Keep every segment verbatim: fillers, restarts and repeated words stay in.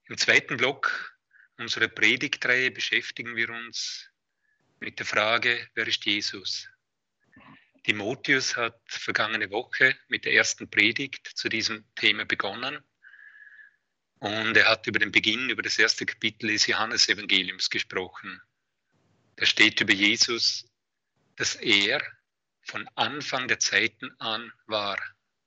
Im zweiten Block unserer Predigtreihe beschäftigen wir uns mit der Frage, wer ist Jesus? Timotheus hat vergangene Woche mit der ersten Predigt zu diesem Thema begonnen und er hat über den Beginn, über das erste Kapitel des Johannesevangeliums gesprochen. Da steht über Jesus, dass er von Anfang der Zeiten an war.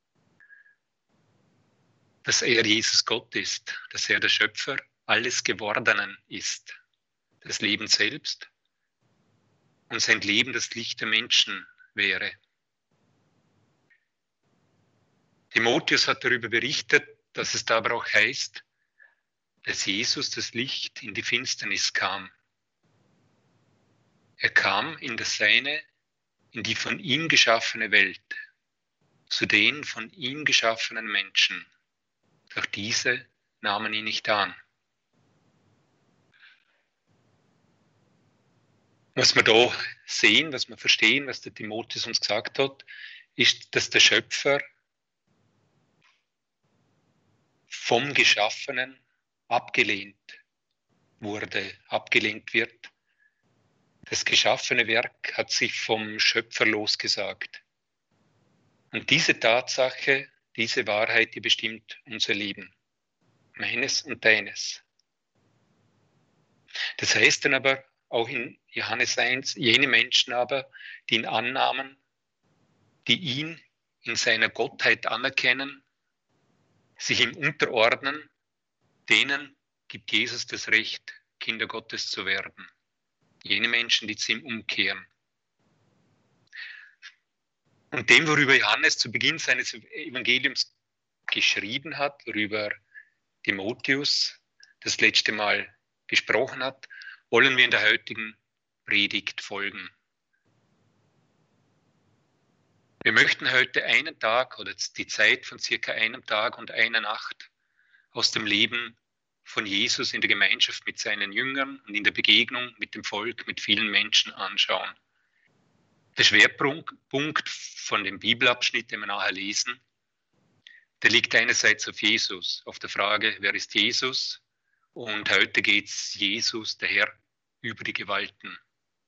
Dass er Jesus Gott ist, dass er der Schöpfer alles Gewordenen ist, das Leben selbst und sein Leben das Licht der Menschen wäre. Timotheus hat darüber berichtet, dass es da aber auch heißt, dass Jesus das Licht in die Finsternis kam. Er kam in das Seine, in die von ihm geschaffene Welt, zu den von ihm geschaffenen Menschen. Doch diese nahmen ihn nicht an. Was wir da sehen, was wir verstehen, was der Timotheus uns gesagt hat, ist, dass der Schöpfer vom Geschaffenen abgelehnt wurde, abgelehnt wird. Das geschaffene Werk hat sich vom Schöpfer losgesagt. Und diese Tatsache, diese Wahrheit, die bestimmt unser Leben, meines und deines. Das heißt dann aber auch in Johannes eins, jene Menschen aber, die ihn annahmen, die ihn in seiner Gottheit anerkennen, sich ihm unterordnen, denen gibt Jesus das Recht, Kinder Gottes zu werden. Jene Menschen, die zu ihm umkehren. Und dem, worüber Johannes zu Beginn seines Evangeliums geschrieben hat, worüber Timotheus das letzte Mal gesprochen hat, wollen wir in der heutigen Predigt folgen. Wir möchten heute einen Tag oder die Zeit von circa einem Tag und einer Nacht aus dem Leben von Jesus in der Gemeinschaft mit seinen Jüngern und in der Begegnung mit dem Volk, mit vielen Menschen anschauen. Der Schwerpunkt von dem Bibelabschnitt, den wir nachher lesen, der liegt einerseits auf Jesus, auf der Frage, wer ist Jesus? Und heute geht es Jesus, der Herr, über die Gewalten.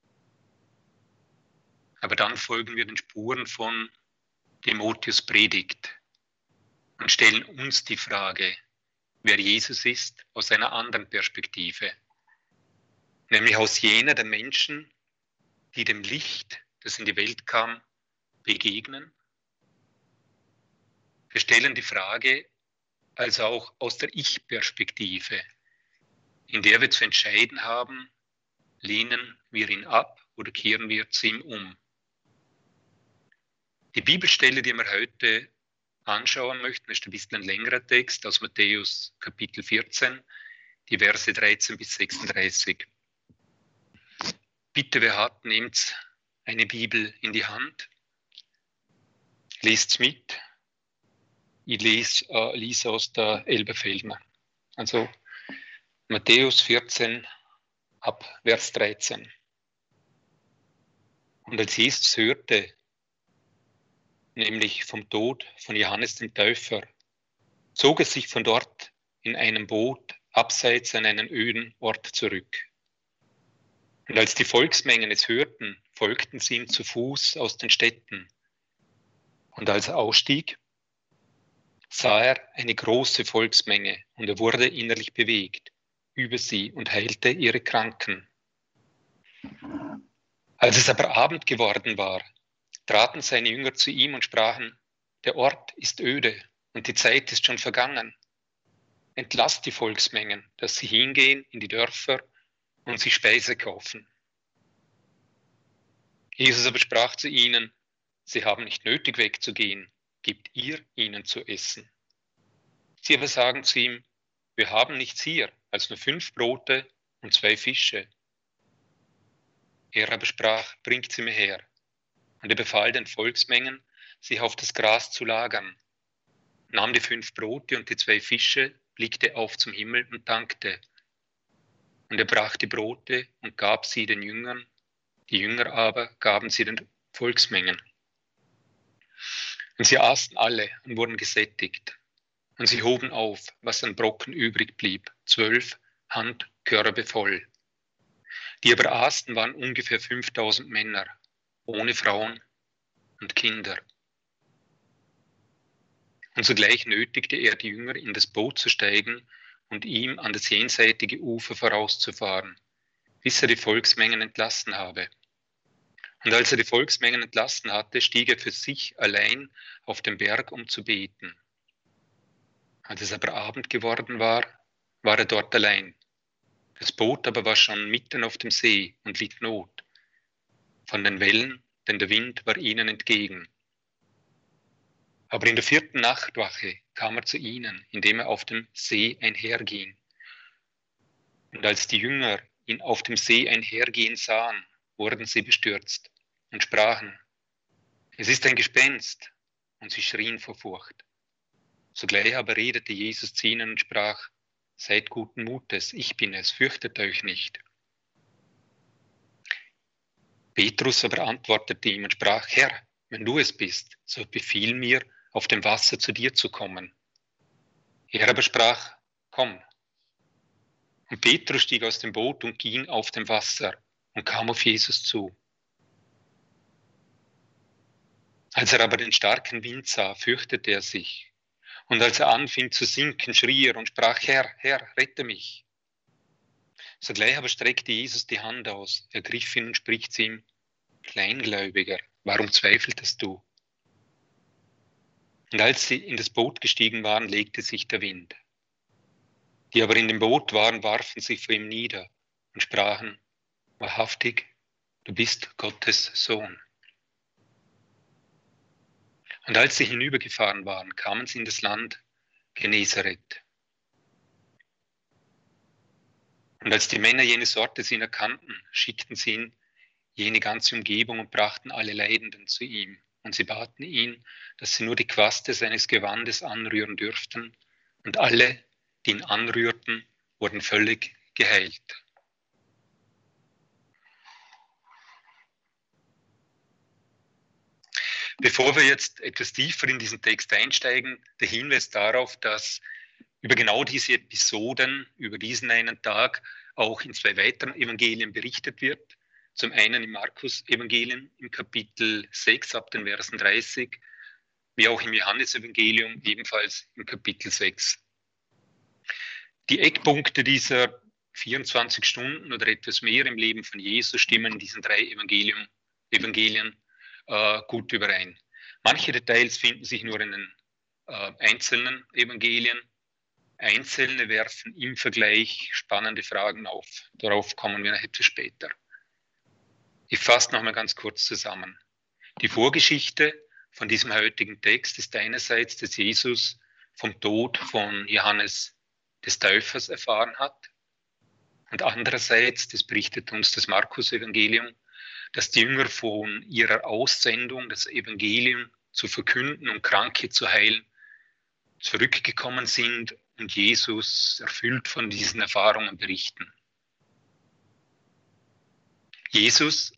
Aber dann folgen wir den Spuren von Timotheus' Predigt und stellen uns die Frage, wer Jesus ist, aus einer anderen Perspektive. Nämlich aus jener der Menschen, die dem Licht, das in die Welt kam, begegnen. Wir stellen die Frage also auch aus der Ich-Perspektive, in der wir zu entscheiden haben, lehnen wir ihn ab oder kehren wir zu ihm um. Die Bibelstelle, die wir heute anschauen möchten, ist ein bisschen ein längerer Text aus Matthäus Kapitel vierzehn, die Verse dreizehn bis sechsunddreißig. Bitte, wer hat, nehmt eine Bibel in die Hand, lest mit. Ich lese, äh, lese aus der Elberfeldner. Also Matthäus vierzehn ab Vers dreizehn. Und als Jesus hörte, nämlich vom Tod von Johannes dem Täufer, zog er sich von dort in einem Boot abseits an einen öden Ort zurück. Und als die Volksmengen es hörten, folgten sie ihm zu Fuß aus den Städten. Und als er ausstieg, sah er eine große Volksmenge und er wurde innerlich bewegt über sie und heilte ihre Kranken. Als es aber Abend geworden war, traten seine Jünger zu ihm und sprachen, der Ort ist öde und die Zeit ist schon vergangen. Entlasst die Volksmengen, dass sie hingehen in die Dörfer und sich Speise kaufen. Jesus aber sprach zu ihnen, sie haben nicht nötig wegzugehen, gebt ihr ihnen zu essen. Sie aber sagen zu ihm, wir haben nichts hier, als nur fünf Brote und zwei Fische. Er aber sprach, bringt sie mir her. Und er befahl den Volksmengen, sich auf das Gras zu lagern, nahm die fünf Brote und die zwei Fische, blickte auf zum Himmel und dankte. Und er brach die Brote und gab sie den Jüngern, die Jünger aber gaben sie den Volksmengen. Und sie aßen alle und wurden gesättigt. Und sie hoben auf, was an Brocken übrig blieb, zwölf Handkörbe voll. Die aber aßen, waren ungefähr fünftausend Männer, ohne Frauen und Kinder. Und sogleich nötigte er die Jünger, in das Boot zu steigen und ihm an das jenseitige Ufer vorauszufahren, bis er die Volksmengen entlassen habe. Und als er die Volksmengen entlassen hatte, stieg er für sich allein auf den Berg, um zu beten. Als es aber Abend geworden war, war er dort allein. Das Boot aber war schon mitten auf dem See und litt Not von den Wellen, denn der Wind war ihnen entgegen. Aber in der vierten Nachtwache kam er zu ihnen, indem er auf dem See einherging. Und als die Jünger ihn auf dem See einhergehen sahen, wurden sie bestürzt und sprachen: Es ist ein Gespenst, und sie schrien vor Furcht. Sogleich aber redete Jesus zu ihnen und sprach: Seid guten Mutes, ich bin es, fürchtet euch nicht. Petrus aber antwortete ihm und sprach: Herr, wenn du es bist, so befiehl mir, auf dem Wasser zu dir zu kommen. Er aber sprach: Komm. Und Petrus stieg aus dem Boot und ging auf dem Wasser und kam auf Jesus zu. Als er aber den starken Wind sah, fürchtete er sich. Und als er anfing zu sinken, schrie er und sprach: Herr, Herr, rette mich. Sogleich aber streckte Jesus die Hand aus, ergriff ihn und spricht zu ihm: Kleingläubiger, warum zweifeltest du? Und als sie in das Boot gestiegen waren, legte sich der Wind. Die aber in dem Boot waren, warfen sich vor ihm nieder und sprachen: Wahrhaftig, du bist Gottes Sohn. Und als sie hinübergefahren waren, kamen sie in das Land Genezareth. Und als die Männer jene Sorte ihn erkannten, schickten sie ihn jene ganze Umgebung und brachten alle Leidenden zu ihm. Und sie baten ihn, dass sie nur die Quaste seines Gewandes anrühren dürften. Und alle, die ihn anrührten, wurden völlig geheilt. Bevor wir jetzt etwas tiefer in diesen Text einsteigen, der Hinweis darauf, dass über genau diese Episoden, über diesen einen Tag, auch in zwei weiteren Evangelien berichtet wird. Zum einen im Markus-Evangelium im Kapitel sechs ab den Versen dreißig, wie auch im Johannes-Evangelium ebenfalls im Kapitel sechs. Die Eckpunkte dieser vierundzwanzig Stunden oder etwas mehr im Leben von Jesus stimmen in diesen drei Evangelium, Evangelien äh, gut überein. Manche Details finden sich nur in den äh, einzelnen Evangelien. Einzelne werfen im Vergleich spannende Fragen auf. Darauf kommen wir noch etwas später. Ich fasse nochmal ganz kurz zusammen. Die Vorgeschichte von diesem heutigen Text ist einerseits, dass Jesus vom Tod von Johannes des Täufers erfahren hat und andererseits, das berichtet uns das Markus-Evangelium, dass die Jünger von ihrer Aussendung, das Evangelium zu verkünden und Kranke zu heilen, zurückgekommen sind und Jesus erfüllt von diesen Erfahrungen berichten. Jesus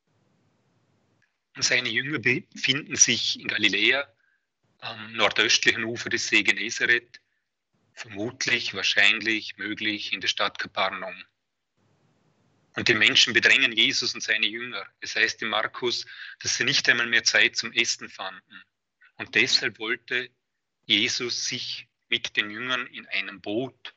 und seine Jünger befinden sich in Galiläa am nordöstlichen Ufer des See Genezareth, vermutlich, wahrscheinlich, möglich in der Stadt Kapernaum. Und die Menschen bedrängen Jesus und seine Jünger. Es heißt in Markus, dass sie nicht einmal mehr Zeit zum Essen fanden. Und deshalb wollte Jesus sich mit den Jüngern in einem Boot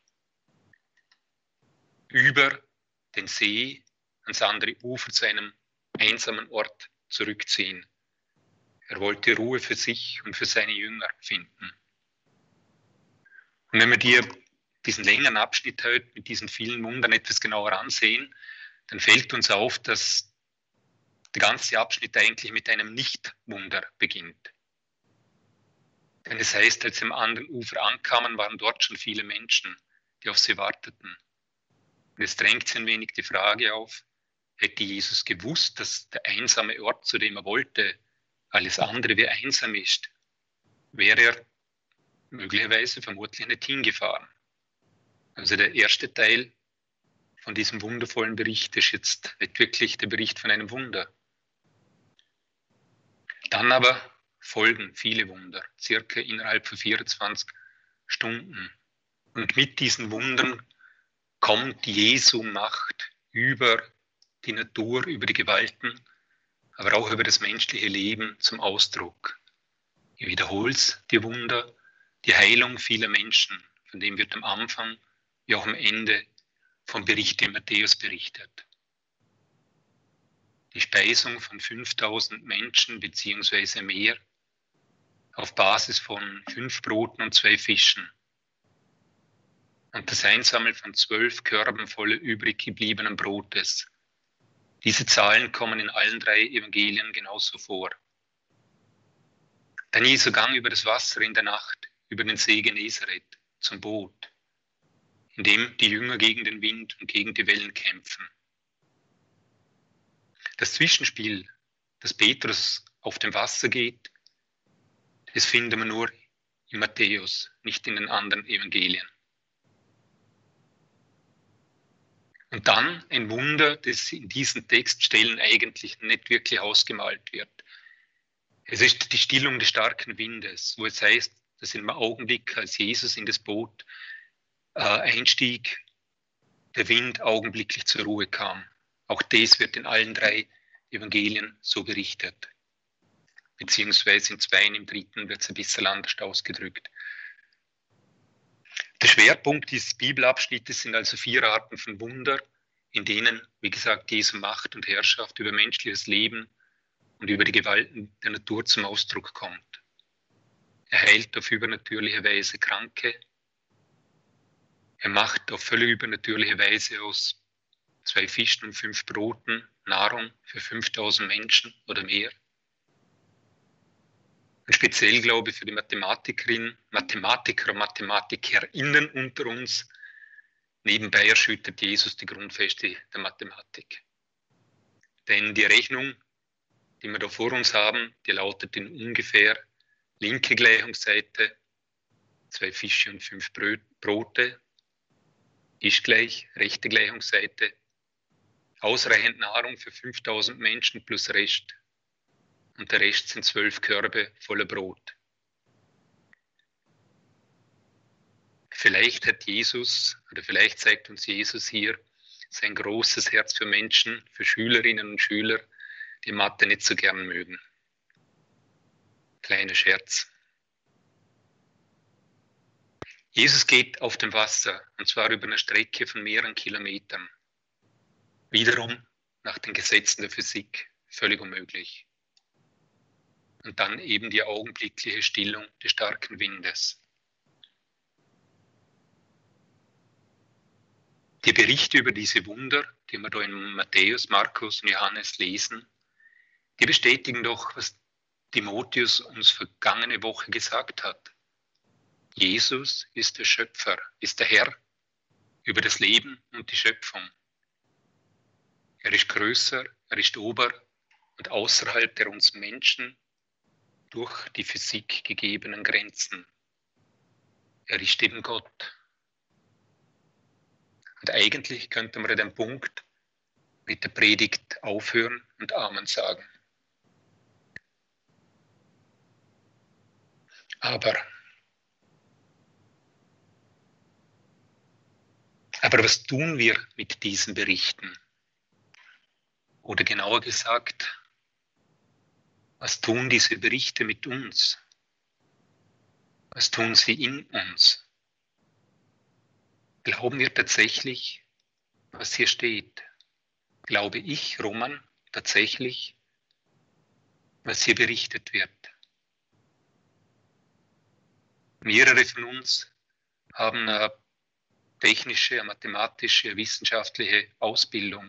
über den See ans andere Ufer zu einem einsamen Ort zurückziehen. Er wollte Ruhe für sich und für seine Jünger finden. Und wenn wir dir diesen längeren Abschnitt heute mit diesen vielen Wundern etwas genauer ansehen, dann fällt uns auf, dass der ganze Abschnitt eigentlich mit einem Nicht-Wunder beginnt. Denn es heißt, als sie am anderen Ufer ankamen, waren dort schon viele Menschen, die auf sie warteten. Und es drängt sich ein wenig die Frage auf, hätte Jesus gewusst, dass der einsame Ort, zu dem er wollte, alles andere wie einsam ist, wäre er möglicherweise vermutlich nicht hingefahren. Also der erste Teil von diesem wundervollen Bericht ist jetzt nicht wirklich der Bericht von einem Wunder. Dann aber folgen viele Wunder, circa innerhalb von vierundzwanzig Stunden. Und mit diesen Wundern kommt Jesu Macht über die Natur, über die Gewalten, aber auch über das menschliche Leben zum Ausdruck. Ich wiederhole es, die Wunder, die Heilung vieler Menschen, von dem wird am Anfang wie auch am Ende vom Bericht in Matthäus berichtet. Die Speisung von fünftausend Menschen beziehungsweise mehr auf Basis von fünf Broten und zwei Fischen. Und das Einsammeln von zwölf Körben voller übrig gebliebenen Brotes. Diese Zahlen kommen in allen drei Evangelien genauso vor. Dann Jesu Gang über das Wasser in der Nacht, über den See Genezareth zum Boot, in dem die Jünger gegen den Wind und gegen die Wellen kämpfen. Das Zwischenspiel, dass Petrus auf dem Wasser geht, das finden wir nur in Matthäus, nicht in den anderen Evangelien. Und dann ein Wunder, das in diesen Textstellen eigentlich nicht wirklich ausgemalt wird. Es ist die Stillung des starken Windes, wo es heißt, dass im Augenblick, als Jesus in das Boot äh, einstieg, der Wind augenblicklich zur Ruhe kam. Auch das wird in allen drei Evangelien so berichtet. Beziehungsweise in zwei, im dritten wird es ein bisschen anders ausgedrückt. Der Schwerpunkt dieses Bibelabschnittes sind also vier Arten von Wunder, in denen, wie gesagt, Jesu Macht und Herrschaft über menschliches Leben und über die Gewalten der Natur zum Ausdruck kommt. Er heilt auf übernatürliche Weise Kranke. Er macht auf völlig übernatürliche Weise aus zwei Fischen und fünf Broten Nahrung für fünftausend Menschen oder mehr. Und speziell, glaube ich, für die Mathematikerin, Mathematiker und Mathematikerinnen unter uns, nebenbei erschüttert Jesus die Grundfeste der Mathematik. Denn die Rechnung, die wir da vor uns haben, die lautet in ungefähr linke Gleichungsseite, zwei Fische und fünf Brote, ist gleich, rechte Gleichungsseite, ausreichend Nahrung für fünftausend Menschen plus Rest. Und der Rest sind zwölf Körbe voller Brot. Vielleicht hat Jesus, oder vielleicht zeigt uns Jesus hier sein großes Herz für Menschen, für Schülerinnen und Schüler, die Mathe nicht so gern mögen. Kleiner Scherz. Jesus geht auf dem Wasser, und zwar über eine Strecke von mehreren Kilometern. Wiederum nach den Gesetzen der Physik völlig unmöglich. Und dann eben die augenblickliche Stillung des starken Windes. Die Berichte über diese Wunder, die wir da in Matthäus, Markus und Johannes lesen, die bestätigen doch, was Timotheus uns vergangene Woche gesagt hat. Jesus ist der Schöpfer, ist der Herr über das Leben und die Schöpfung. Er ist größer, er ist ober und außerhalb der uns Menschen durch die Physik gegebenen Grenzen. Er ist eben Gott. Und eigentlich könnte man den Punkt mit der Predigt aufhören und Amen sagen. Aber, aber was tun wir mit diesen Berichten? Oder genauer gesagt, was tun diese Berichte mit uns? Was tun sie in uns? Glauben wir tatsächlich, was hier steht? Glaube ich, Roman, tatsächlich, was hier berichtet wird? Mehrere von uns haben eine technische, eine mathematische, eine wissenschaftliche Ausbildung.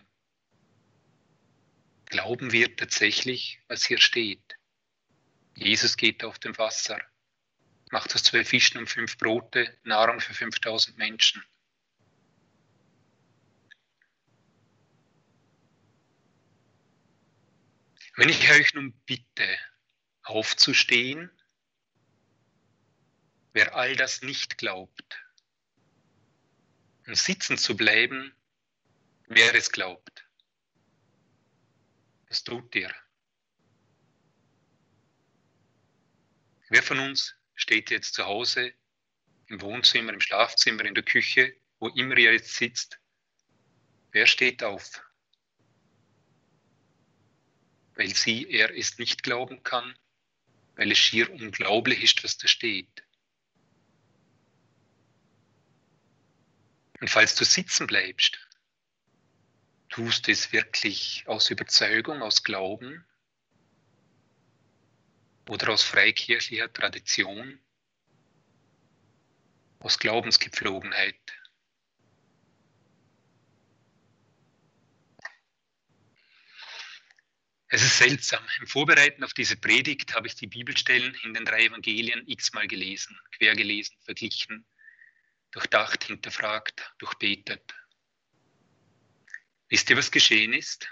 Glauben wir tatsächlich, was hier steht? Jesus geht auf dem Wasser, macht aus zwei Fischen und fünf Brote Nahrung für fünftausend Menschen. Wenn ich euch nun bitte, aufzustehen, wer all das nicht glaubt, und sitzen zu bleiben, wer es glaubt, was tut ihr? Wer von uns steht jetzt zu Hause im Wohnzimmer, im Schlafzimmer, in der Küche, wo immer ihr jetzt sitzt, wer steht auf? Weil sie, er es nicht glauben kann, weil es schier unglaublich ist, was da steht. Und falls du sitzen bleibst, tust du es wirklich aus Überzeugung, aus Glauben oder aus freikirchlicher Tradition, aus Glaubensgepflogenheit. Es ist seltsam. Im Vorbereiten auf diese Predigt habe ich die Bibelstellen in den drei Evangelien x-mal gelesen, quer gelesen, verglichen, durchdacht, hinterfragt, durchbetet. Wisst ihr, was geschehen ist?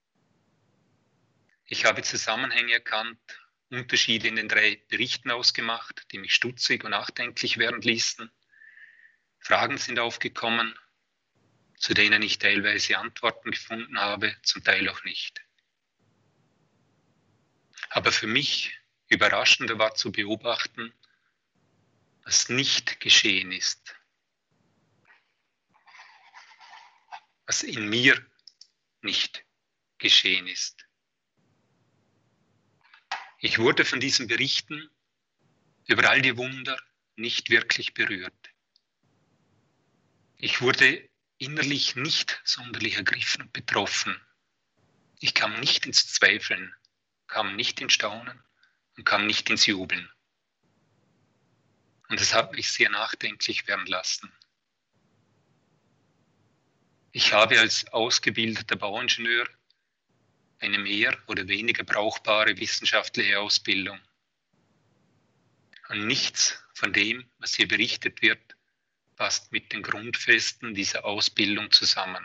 Ich habe Zusammenhänge erkannt, Unterschiede in den drei Berichten ausgemacht, die mich stutzig und nachdenklich werden ließen. Fragen sind aufgekommen, zu denen ich teilweise Antworten gefunden habe, zum Teil auch nicht. Aber für mich überraschender war zu beobachten, was nicht geschehen ist, was in mir nicht geschehen ist. Ich wurde von diesen Berichten über all die Wunder nicht wirklich berührt. Ich wurde innerlich nicht sonderlich ergriffen und betroffen. Ich kam nicht ins Zweifeln, kam nicht ins Staunen und kam nicht ins Jubeln. Und das hat mich sehr nachdenklich werden lassen. Ich habe als ausgebildeter Bauingenieur eine mehr oder weniger brauchbare wissenschaftliche Ausbildung. Und nichts von dem, was hier berichtet wird, passt mit den Grundfesten dieser Ausbildung zusammen.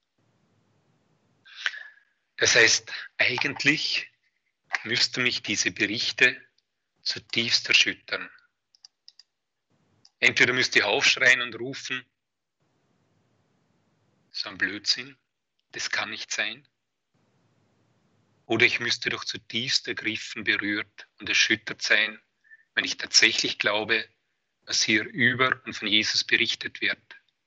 Das heißt, eigentlich müssten mich diese Berichte zutiefst erschüttern. Entweder müsste ich aufschreien und rufen, so ein Blödsinn, das kann nicht sein. Oder ich müsste doch zutiefst ergriffen, berührt und erschüttert sein, wenn ich tatsächlich glaube, was hier über und von Jesus berichtet wird.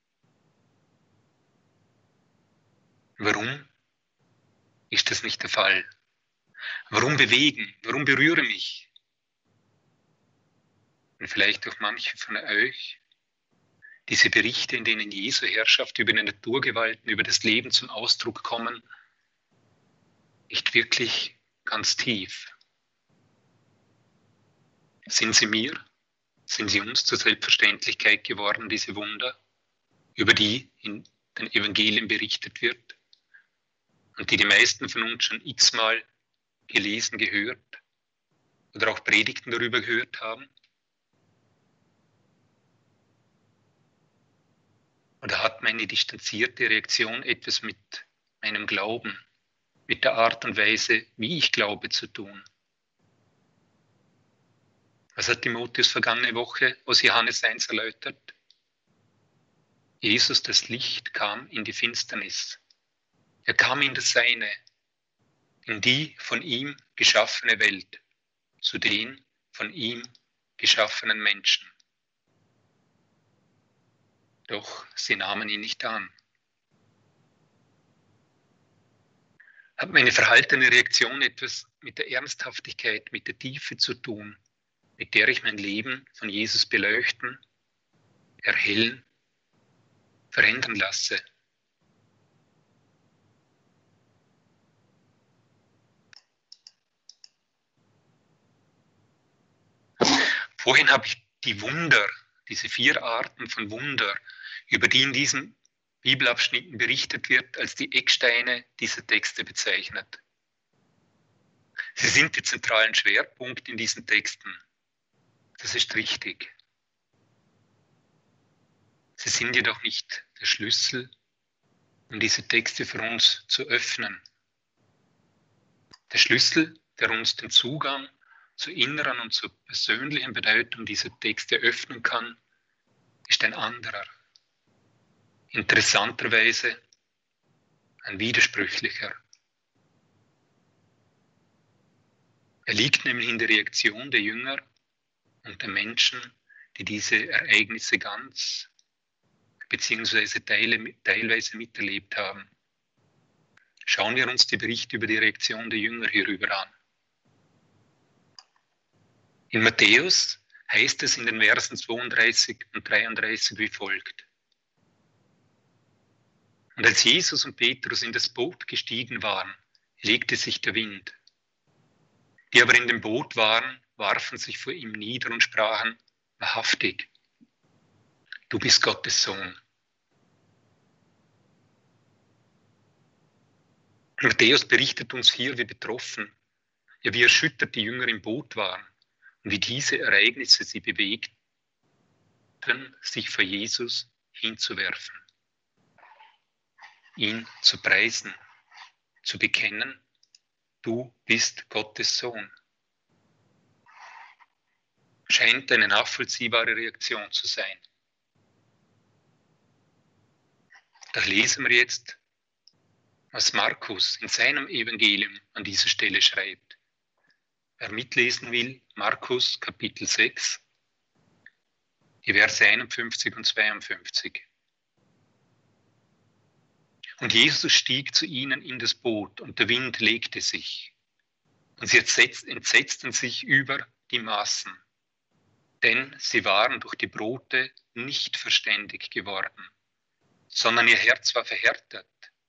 Warum ist das nicht der Fall? Warum bewegen? Warum berühre mich? Und vielleicht auch manche von euch, diese Berichte, in denen Jesu Herrschaft über die Naturgewalten, über das Leben zum Ausdruck kommen, nicht wirklich ganz tief. Sind sie mir, sind sie uns zur Selbstverständlichkeit geworden, diese Wunder, über die in den Evangelien berichtet wird und die die meisten von uns schon x-mal gelesen, gehört oder auch Predigten darüber gehört haben? Oder hat meine distanzierte Reaktion etwas mit meinem Glauben, mit der Art und Weise, wie ich glaube, zu tun? Was hat Timotheus vergangene Woche aus Johannes eins erläutert? Jesus, das Licht, kam in die Finsternis. Er kam in das Seine, in die von ihm geschaffene Welt, zu den von ihm geschaffenen Menschen. Doch sie nahmen ihn nicht an. Hat meine verhaltene Reaktion etwas mit der Ernsthaftigkeit, mit der Tiefe zu tun, mit der ich mein Leben von Jesus beleuchten, erhellen, verändern lasse? Vorhin habe ich die Wunder, diese vier Arten von Wunder, über die in diesen Bibelabschnitten berichtet wird, als die Ecksteine dieser Texte bezeichnet. Sie sind die zentralen Schwerpunkte in diesen Texten. Das ist richtig. Sie sind jedoch nicht der Schlüssel, um diese Texte für uns zu öffnen. Der Schlüssel, der uns den Zugang zur inneren und zur persönlichen Bedeutung dieser Texte öffnen kann, ist ein anderer. Interessanterweise ein widersprüchlicher. Er liegt nämlich in der Reaktion der Jünger und der Menschen, die diese Ereignisse ganz beziehungsweise teile, teilweise miterlebt haben. Schauen wir uns die Berichte über die Reaktion der Jünger hierüber an. In Matthäus heißt es in den Versen zweiunddreißig und dreiunddreißig wie folgt. Und als Jesus und Petrus in das Boot gestiegen waren, legte sich der Wind. Die aber in dem Boot waren, warfen sich vor ihm nieder und sprachen, wahrhaftig, du bist Gottes Sohn. Matthäus berichtet uns hier, wie betroffen, ja wie erschüttert die Jünger im Boot waren und wie diese Ereignisse sie bewegten, sich vor Jesus hinzuwerfen, ihn zu preisen, zu bekennen, du bist Gottes Sohn. Scheint eine nachvollziehbare Reaktion zu sein. Doch lesen wir jetzt, was Markus in seinem Evangelium an dieser Stelle schreibt. Wer mitlesen will, Markus Kapitel sechs, die Verse einundfünfzig und zweiundfünfzig. Und Jesus stieg zu ihnen in das Boot, und der Wind legte sich. Und sie entsetzten sich über die Maßen, denn sie waren durch die Brote nicht verständig geworden, sondern ihr Herz war verhärtet.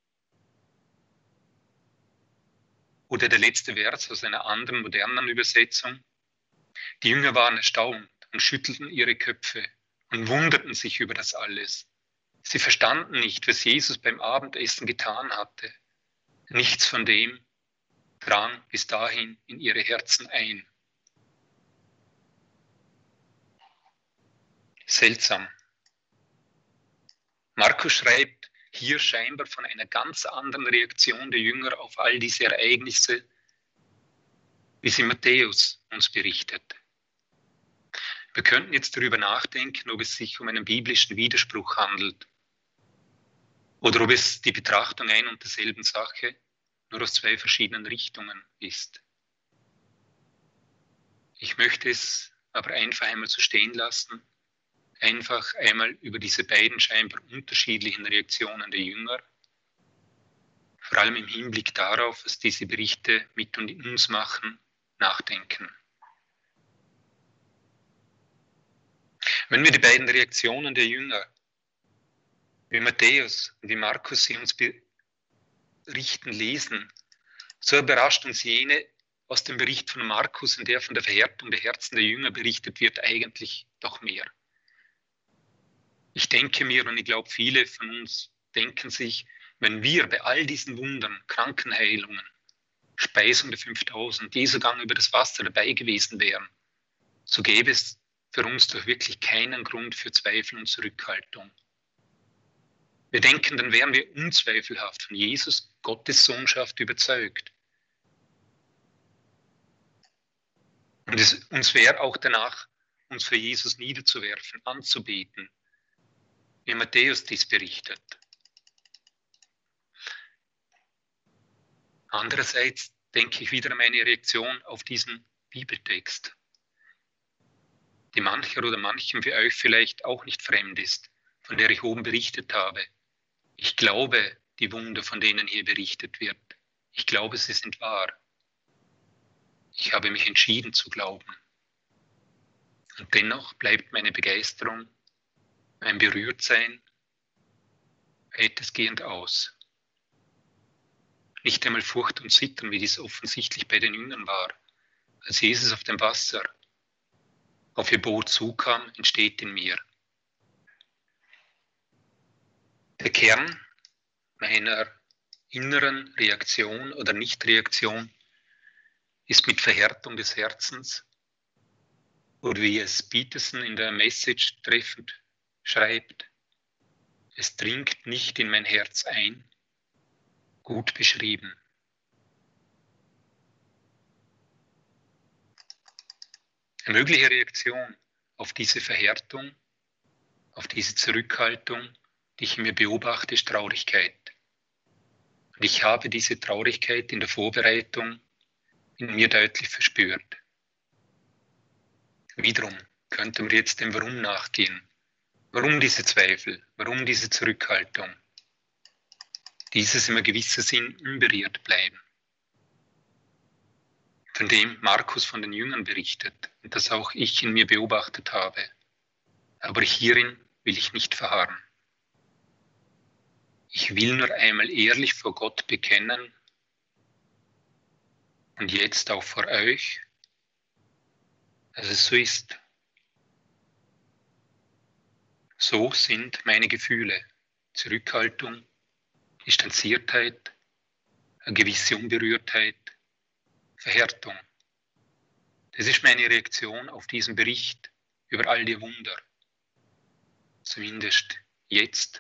Oder der letzte Vers aus einer anderen, modernen Übersetzung. Die Jünger waren erstaunt und schüttelten ihre Köpfe und wunderten sich über das alles. Sie verstanden nicht, was Jesus beim Abendessen getan hatte. Nichts von dem drang bis dahin in ihre Herzen ein. Seltsam. Markus schreibt hier scheinbar von einer ganz anderen Reaktion der Jünger auf all diese Ereignisse, wie sie Matthäus uns berichtet. Wir könnten jetzt darüber nachdenken, ob es sich um einen biblischen Widerspruch handelt oder ob es die Betrachtung ein und derselben Sache nur aus zwei verschiedenen Richtungen ist. Ich möchte es aber einfach einmal so stehen lassen, einfach einmal über diese beiden scheinbar unterschiedlichen Reaktionen der Jünger, vor allem im Hinblick darauf, was diese Berichte mit uns machen, nachdenken. Wenn wir die beiden Reaktionen der Jünger, wie Matthäus und wie Markus sie uns berichten, lesen, so überrascht uns jene aus dem Bericht von Markus, in der von der Verhärtung der Herzen der Jünger berichtet wird, eigentlich doch mehr. Ich denke mir, und ich glaube, viele von uns denken sich, wenn wir bei all diesen Wundern, Krankenheilungen, Speisung der fünftausend, Jesu Gang über das Wasser dabei gewesen wären, so gäbe es für uns doch wirklich keinen Grund für Zweifel und Zurückhaltung. Wir denken, dann wären wir unzweifelhaft von Jesus, Gottes Sohnschaft, überzeugt. Und es, uns wäre auch danach, uns für Jesus niederzuwerfen, anzubeten, wie Matthäus dies berichtet. Andererseits denke ich wieder an meine Reaktion auf diesen Bibeltext, die mancher oder manchem für euch vielleicht auch nicht fremd ist, von der ich oben berichtet habe. Ich glaube die Wunder, von denen hier berichtet wird. Ich glaube, sie sind wahr. Ich habe mich entschieden zu glauben. Und dennoch bleibt meine Begeisterung, mein Berührtsein weitestgehend aus. Nicht einmal Furcht und Zittern, wie dies offensichtlich bei den Jüngern war. Als Jesus auf dem Wasser auf ihr Boot zukam, entsteht in mir. Der Kern meiner inneren Reaktion oder Nichtreaktion ist mit Verhärtung des Herzens, oder wie es Peterson in der Message treffend schreibt, es dringt nicht in mein Herz ein, gut beschrieben. Eine mögliche Reaktion auf diese Verhärtung, auf diese Zurückhaltung, die ich in mir beobachte, ist Traurigkeit. Und ich habe diese Traurigkeit in der Vorbereitung in mir deutlich verspürt. Wiederum könnten wir jetzt dem Warum nachgehen. Warum diese Zweifel? Warum diese Zurückhaltung? Dieses im gewissen Sinn unberührt bleiben. Von dem Markus von den Jüngern berichtet und das auch ich in mir beobachtet habe. Aber hierin will ich nicht verharren. Ich will nur einmal ehrlich vor Gott bekennen und jetzt auch vor euch, dass es so ist. So sind meine Gefühle: Zurückhaltung, Distanziertheit, eine gewisse Unberührtheit, Verhärtung. Das ist meine Reaktion auf diesen Bericht über all die Wunder. Zumindest jetzt,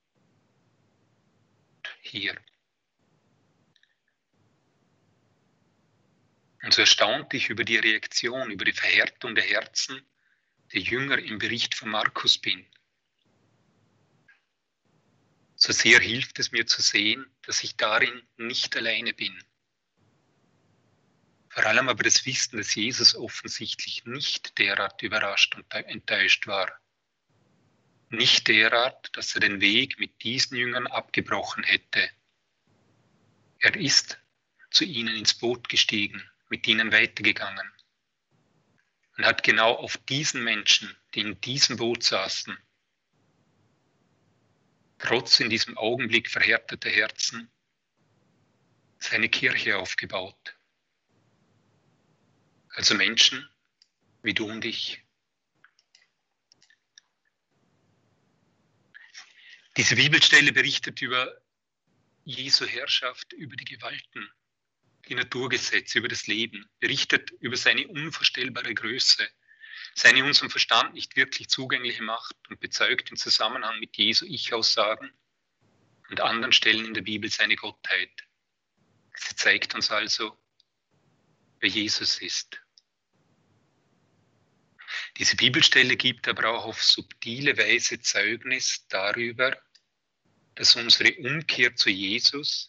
hier. Und so erstaunt ich über die Reaktion, über die Verhärtung der Herzen der Jünger im Bericht von Markus bin. So sehr hilft es mir zu sehen, dass ich darin nicht alleine bin. Vor allem aber das Wissen, dass Jesus offensichtlich nicht derart überrascht und enttäuscht war. Nicht derart, dass er den Weg mit diesen Jüngern abgebrochen hätte. Er ist zu ihnen ins Boot gestiegen, mit ihnen weitergegangen und hat genau auf diesen Menschen, die in diesem Boot saßen, trotz in diesem Augenblick verhärteter Herzen, seine Kirche aufgebaut. Also Menschen wie du und ich. Diese Bibelstelle berichtet über Jesu Herrschaft, über die Gewalten, die Naturgesetze, über das Leben, berichtet über seine unvorstellbare Größe, seine unserem Verstand nicht wirklich zugängliche Macht und bezeugt im Zusammenhang mit Jesu Ich-Aussagen und anderen Stellen in der Bibel seine Gottheit. Sie zeigt uns also, wer Jesus ist. Diese Bibelstelle gibt aber auch auf subtile Weise Zeugnis darüber, dass unsere Umkehr zu Jesus,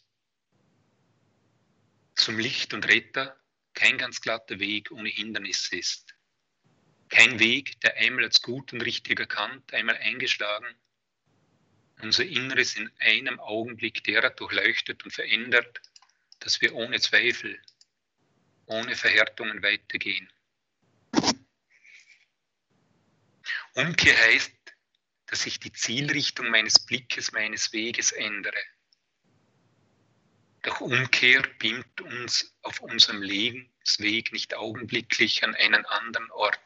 zum Licht und Retter, kein ganz glatter Weg ohne Hindernis ist. Kein Weg, der einmal als gut und richtig erkannt, einmal eingeschlagen, unser Inneres in einem Augenblick derart durchleuchtet und verändert, dass wir ohne Zweifel, ohne Verhärtungen weitergehen. Umkehr heißt, dass sich die Zielrichtung meines Blickes, meines Weges ändere. Doch Umkehr beamt uns auf unserem Lebensweg nicht augenblicklich an einen anderen Ort.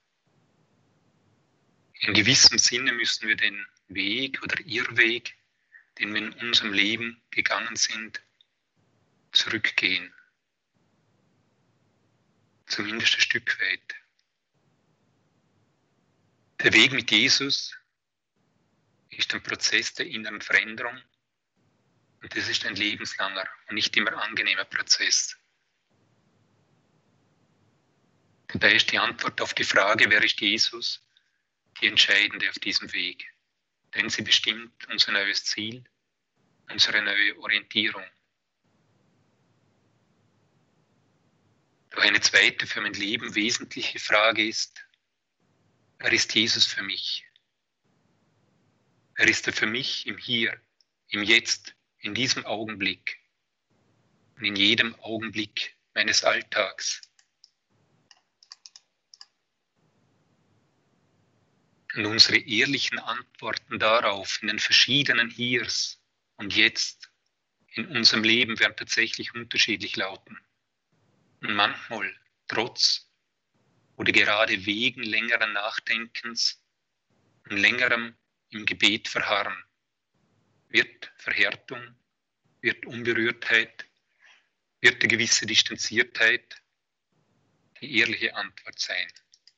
In gewissem Sinne müssen wir den Weg oder Irrweg, den wir in unserem Leben gegangen sind, zurückgehen. Zumindest ein Stück weit. Der Weg mit Jesus ist ein Prozess der inneren Veränderung und das ist ein lebenslanger und nicht immer angenehmer Prozess. Dabei ist die Antwort auf die Frage, wer ist Jesus, die entscheidende auf diesem Weg, denn sie bestimmt unser neues Ziel, unsere neue Orientierung. Doch eine zweite für mein Leben wesentliche Frage ist, wer ist Jesus für mich? Wer ist er für mich im Hier, im Jetzt, in diesem Augenblick und in jedem Augenblick meines Alltags? Und unsere ehrlichen Antworten darauf in den verschiedenen Hiers und Jetzt in unserem Leben werden tatsächlich unterschiedlich lauten. Und manchmal, trotz oder gerade wegen längeren Nachdenkens und längerem im Gebet verharren, wird Verhärtung, wird Unberührtheit, wird eine gewisse Distanziertheit die ehrliche Antwort sein.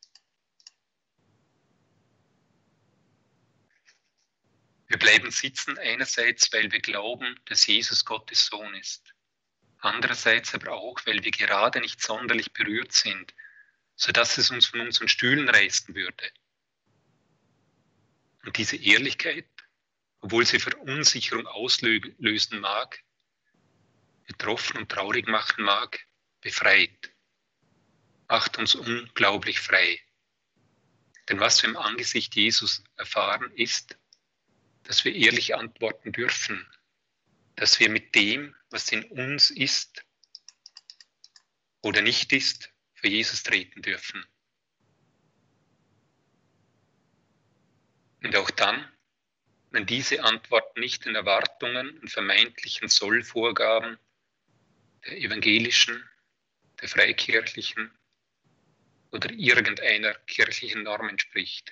Wir bleiben sitzen einerseits, weil wir glauben, dass Jesus Gottes Sohn ist. Andererseits aber auch, weil wir gerade nicht sonderlich berührt sind, sodass es uns von unseren Stühlen reißen würde. Und diese Ehrlichkeit, obwohl sie Verunsicherung auslösen mag, betroffen und traurig machen mag, befreit, macht uns unglaublich frei. Denn was wir im Angesicht Jesus erfahren, ist, dass wir ehrlich antworten dürfen, dass wir mit dem, was in uns ist oder nicht ist, für Jesus treten dürfen. Und auch dann, wenn diese Antworten nicht den Erwartungen und vermeintlichen Sollvorgaben der evangelischen, der freikirchlichen oder irgendeiner kirchlichen Norm entspricht.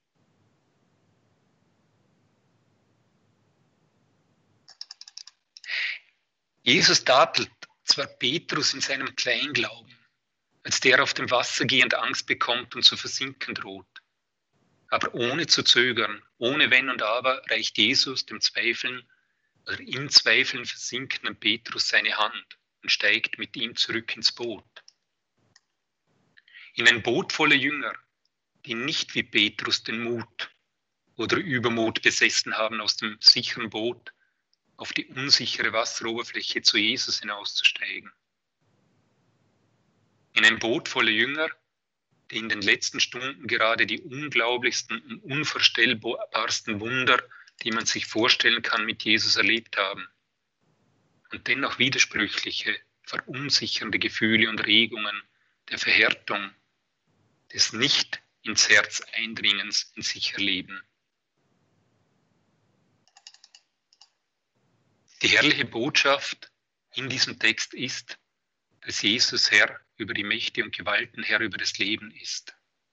Jesus tadelt zwar Petrus in seinem Kleinglauben, als der auf dem Wasser gehend Angst bekommt und zu versinken droht. Aber ohne zu zögern, ohne Wenn und Aber, reicht Jesus dem Zweifeln oder im Zweifeln versinkenden Petrus seine Hand und steigt mit ihm zurück ins Boot. In ein Boot voller Jünger, die nicht wie Petrus den Mut oder Übermut besessen haben, aus dem sicheren Boot auf die unsichere Wasseroberfläche zu Jesus hinauszusteigen. In ein Boot voller Jünger, die in den letzten Stunden gerade die unglaublichsten und unvorstellbarsten Wunder, die man sich vorstellen kann, mit Jesus erlebt haben. Und dennoch widersprüchliche, verunsichernde Gefühle und Regungen der Verhärtung, des nicht ins Herz Eindringens in sich erleben. Die herrliche Botschaft in diesem Text ist, dass Jesus Herr über die Mächte und Gewalten, Herr über das Leben ist.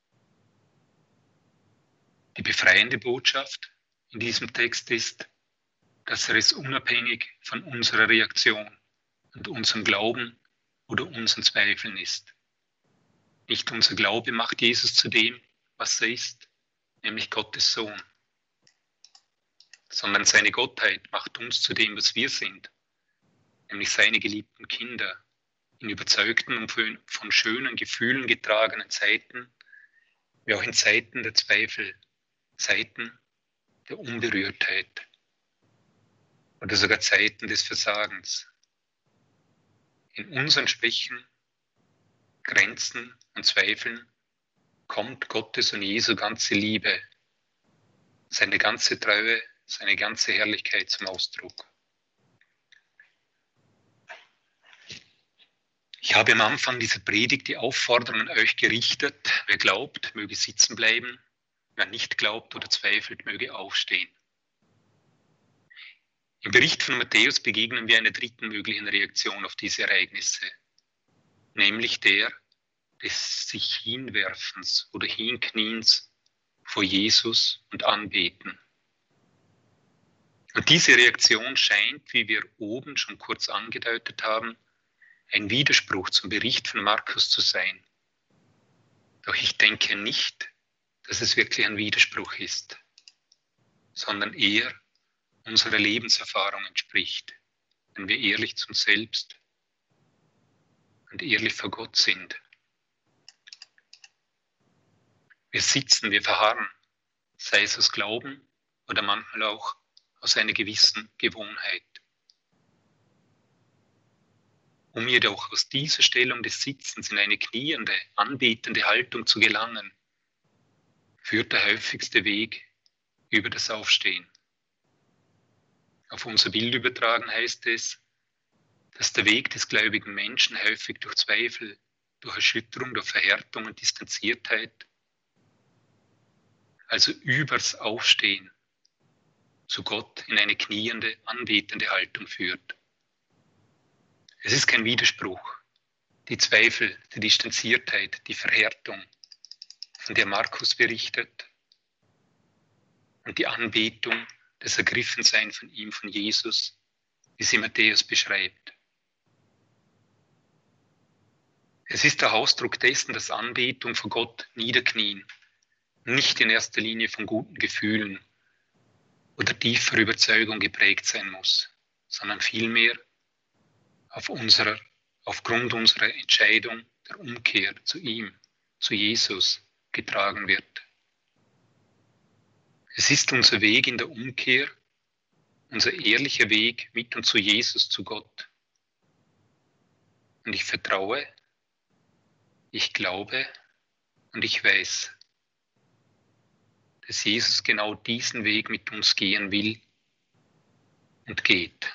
Die befreiende Botschaft in diesem Text ist, dass er es unabhängig von unserer Reaktion und unserem Glauben oder unseren Zweifeln ist. Nicht unser Glaube macht Jesus zu dem, was er ist, nämlich Gottes Sohn, sondern seine Gottheit macht uns zu dem, was wir sind, nämlich seine geliebten Kinder, in überzeugten und von schönen Gefühlen getragenen Zeiten, wie auch in Zeiten der Zweifel, Zeiten der Unberührtheit oder sogar Zeiten des Versagens. In unseren Schwächen, Grenzen und Zweifeln kommt Gottes und Jesu ganze Liebe, seine ganze Treue, seine ganze Herrlichkeit zum Ausdruck. Ich habe am Anfang dieser Predigt die Aufforderung an euch gerichtet, wer glaubt, möge sitzen bleiben, wer nicht glaubt oder zweifelt, möge aufstehen. Im Bericht von Matthäus begegnen wir einer dritten möglichen Reaktion auf diese Ereignisse, nämlich der des sich Hinwerfens oder Hinkniens vor Jesus und Anbeten. Und diese Reaktion scheint, wie wir oben schon kurz angedeutet haben, ein Widerspruch zum Bericht von Markus zu sein. Doch ich denke nicht, dass es wirklich ein Widerspruch ist, sondern eher unserer Lebenserfahrung entspricht, wenn wir ehrlich zu uns selbst und ehrlich vor Gott sind. Wir sitzen, wir verharren, sei es aus Glauben oder manchmal auch aus einer gewissen Gewohnheit. Um jedoch aus dieser Stellung des Sitzens in eine kniende, anbetende Haltung zu gelangen, führt der häufigste Weg über das Aufstehen. Auf unser Bild übertragen heißt es, dass der Weg des gläubigen Menschen häufig durch Zweifel, durch Erschütterung, durch Verhärtung und Distanziertheit, also übers Aufstehen, zu Gott in eine kniende, anbetende Haltung führt. Es ist kein Widerspruch. Die Zweifel, die Distanziertheit, die Verhärtung, von der Markus berichtet, und die Anbetung, das Ergriffensein von ihm, von Jesus, wie sie Matthäus beschreibt. Es ist der Ausdruck dessen, dass Anbetung vor Gott niederknien, nicht in erster Linie von guten Gefühlen oder tiefer Überzeugung geprägt sein muss, sondern vielmehr auf unserer, aufgrund unserer Entscheidung der Umkehr zu ihm, zu Jesus, getragen wird. Es ist unser Weg in der Umkehr, unser ehrlicher Weg mit und zu Jesus, zu Gott. Und ich vertraue, ich glaube und ich weiß, dass Jesus genau diesen Weg mit uns gehen will und geht.